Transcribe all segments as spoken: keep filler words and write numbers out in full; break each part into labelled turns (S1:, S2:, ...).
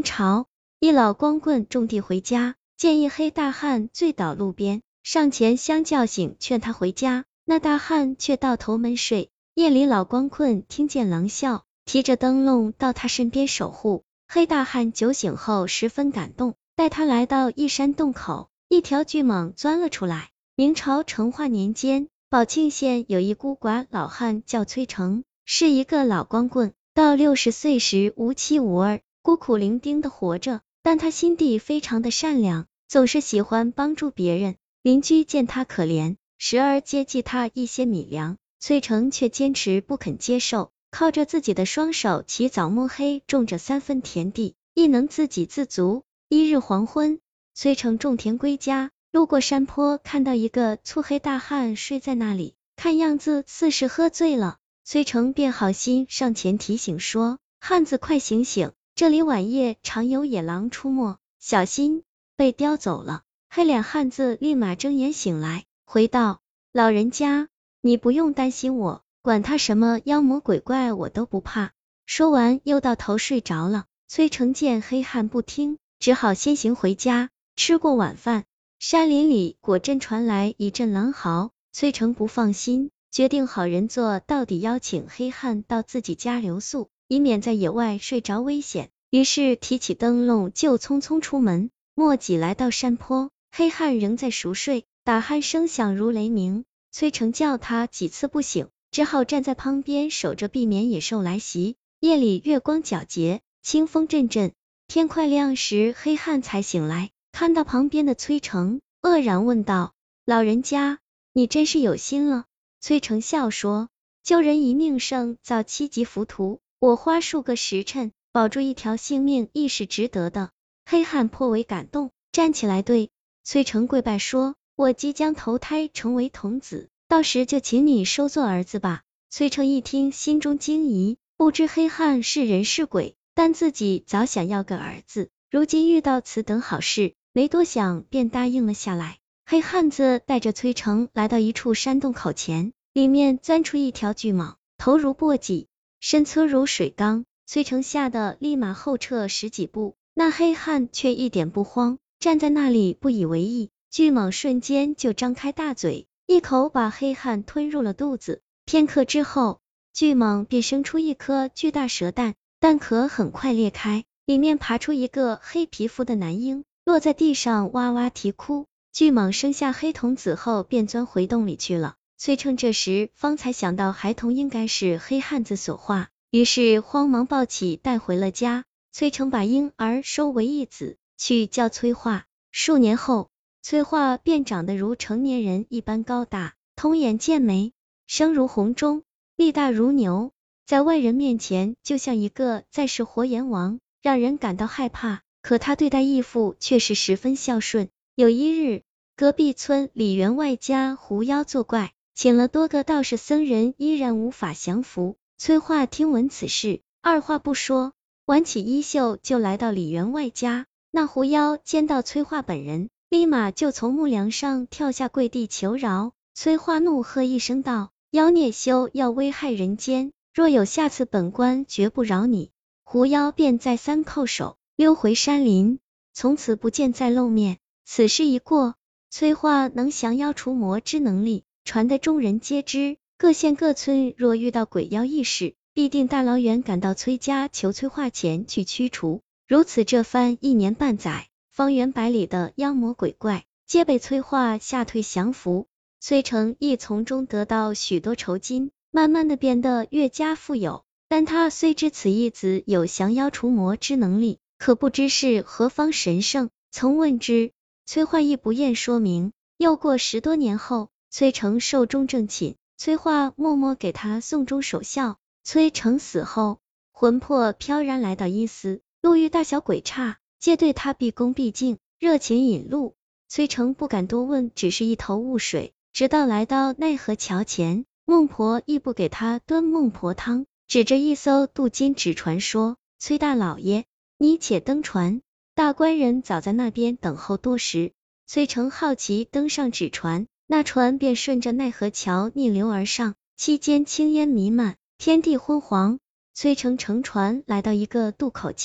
S1: 朝一老光棍种地回家，见一黑大汉醉倒路边，上前相叫醒，劝他回家。那大汉却倒头闷睡。夜里老光棍听见狼啸，提着灯笼到他身边守护。黑大汉酒醒后十分感动，带他来到一山洞口，一条巨蟒钻了出来。明朝成化年间，宝庆县有一孤寡老汉叫崔成，是一个老光棍，到六十岁时无妻无儿，孤苦伶仃的活着。但他心地非常的善良，总是喜欢帮助别人。邻居见他可怜，时而接济他一些米粮，崔成却坚持不肯接受，靠着自己的双手起早摸黑种着三分田地，亦能自给自足。一日黄昏，崔成种田归家，路过山坡，看到一个粗黑大汉睡在那里，看样子似是喝醉了。崔成便好心上前提醒说：汉子快醒醒，这里晚夜常有野狼出没，小心被叼走了。黑脸汉子立马睁眼醒来，回道：老人家，你不用担心我，管他什么妖魔鬼怪我都不怕。说完又到头睡着了。崔成见黑汉不听，只好先行回家。吃过晚饭，山林里果真传来一阵狼嚎，崔成不放心，决定好人做到底，邀请黑汉到自己家留宿，以免在野外睡着危险。于是提起灯笼就匆匆出门。墨迹来到山坡，黑汉仍在熟睡，打鼾声响如雷鸣。崔成叫他几次不醒，只好站在旁边守着，避免野兽来袭。夜里月光皎洁，清风阵阵，天快亮时，黑汉才醒来，看到旁边的崔成，愕然问道：老人家，你真是有心了。崔成笑说：救人一命胜造七级浮屠，我花数个时辰保住一条性命，亦是值得的。黑汉颇为感动，站起来对崔成跪拜说：我即将投胎成为童子，到时就请你收做儿子吧。崔成一听，心中惊疑，不知黑汉是人是鬼，但自己早想要个儿子，如今遇到此等好事，没多想便答应了下来。黑汉子带着崔成来到一处山洞口前，里面钻出一条巨蟒，头如簸箕，身粗如水缸。崔成吓得立马后撤十几步，那黑汉却一点不慌，站在那里不以为意。巨蟒瞬间就张开大嘴，一口把黑汉吞入了肚子。片刻之后，巨蟒便生出一颗巨大蛇蛋，蛋壳很快裂开，里面爬出一个黑皮肤的男婴，落在地上哇哇啼哭。巨蟒生下黑童子后便钻回洞里去了。崔成这时方才想到孩童应该是黑汉子所化，于是慌忙抱起带回了家。崔成把婴儿收为义子，去叫崔化。数年后，崔化便长得如成年人一般高大，通眼见眉，声如洪钟，力大如牛，在外人面前就像一个在世活阎王，让人感到害怕。可他对待义父却是十分孝顺。有一日，隔壁村李员外家狐妖作怪，请了多个道士僧人，依然无法降服。崔化听闻此事，二话不说，挽起衣袖就来到李员外家。那狐妖见到崔化本人，立马就从木梁上跳下，跪地求饶。崔化怒喝一声道：妖孽休要危害人间，若有下次，本官绝不饶你。狐妖便再三叩首，溜回山林，从此不见再露面。此事一过，崔化能降妖除魔之能力传得众人皆知，各县各村若遇到鬼妖异事，必定大老远赶到崔家求崔化前去驱除。如此这番一年半载，方圆百里的妖魔鬼怪皆被崔化吓退降服。崔成亦从中得到许多酬金，慢慢的变得越加富有。但他虽知此义子有降妖除魔之能力，可不知是何方神圣，曾问之，崔化亦不愿说明。又过十多年后，崔成寿终正寝，崔化默默给他送终守孝。崔成死后，魂魄飘然来到伊斯，路遇大小鬼差，皆对他毕恭毕敬，热情引路。崔成不敢多问，只是一头雾水。直到来到奈何桥前，孟婆亦不给他端孟婆汤，指着一艘镀金纸船说：崔大老爷，你且登船。大官人早在那边等候多时。崔成好奇登上纸船，那船便顺着奈何桥逆流而上，期间青烟弥漫，天地昏黄。崔成乘船来到一个渡口前，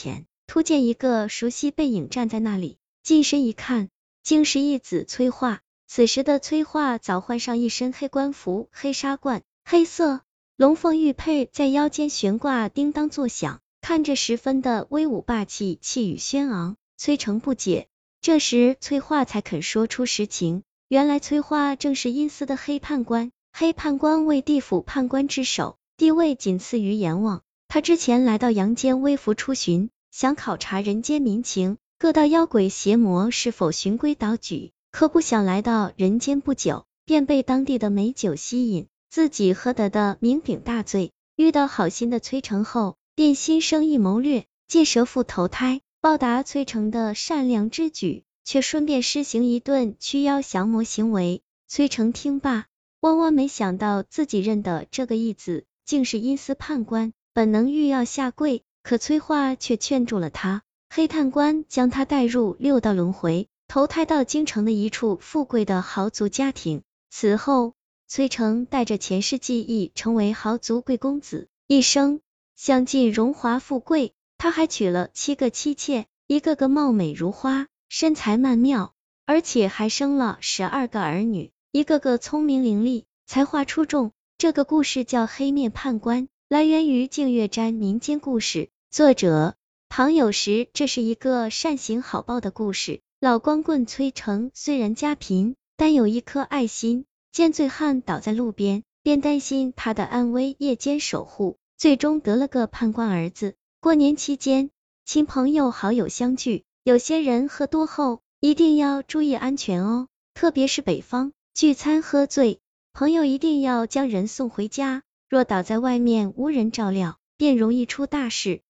S1: 突见一个熟悉背影站在那里，近身一看，竟是义子崔化。此时的崔化早换上一身黑官服、黑纱冠、黑色龙凤玉佩在腰间悬挂，叮当作响，看着十分的威武霸气，气宇轩昂。崔成不解，这时崔化才肯说出实情。原来崔化正是阴司的黑判官，黑判官为地府判官之首，地位仅次于阎王。他之前来到阳间微服出巡，想考察人间民情，各道妖鬼邪魔是否循规蹈矩，可不想来到人间不久，便被当地的美酒吸引，自己喝得的酩酊大醉。遇到好心的崔成后，便心生一谋略，借蛇腹投胎，报答崔成的善良之举，却顺便施行一顿驱妖降魔行为。崔成听罢，万万没想到自己认的这个义子竟是阴司判官，本能欲要下跪，可崔化却劝住了他。黑判官将他带入六道轮回，投胎到京城的一处富贵的豪族家庭。此后，崔成带着前世记忆，成为豪族贵公子，一生享尽荣华富贵。他还娶了七个妻妾，一个个貌美如花，身材曼妙，而且还生了十二个儿女，一个个聪明伶俐，才华出众。这个故事叫《黑面判官》，来源于净月斋民间故事，作者唐有时。这是一个善行好报的故事。老光棍崔成虽然家贫，但有一颗爱心，见醉汉倒在路边，便担心他的安危，夜间守护，最终得了个判官儿子。过年期间，亲朋友好友相聚，有些人喝多后一定要注意安全哦，特别是北方，聚餐喝醉，朋友一定要将人送回家，若倒在外面无人照料，便容易出大事。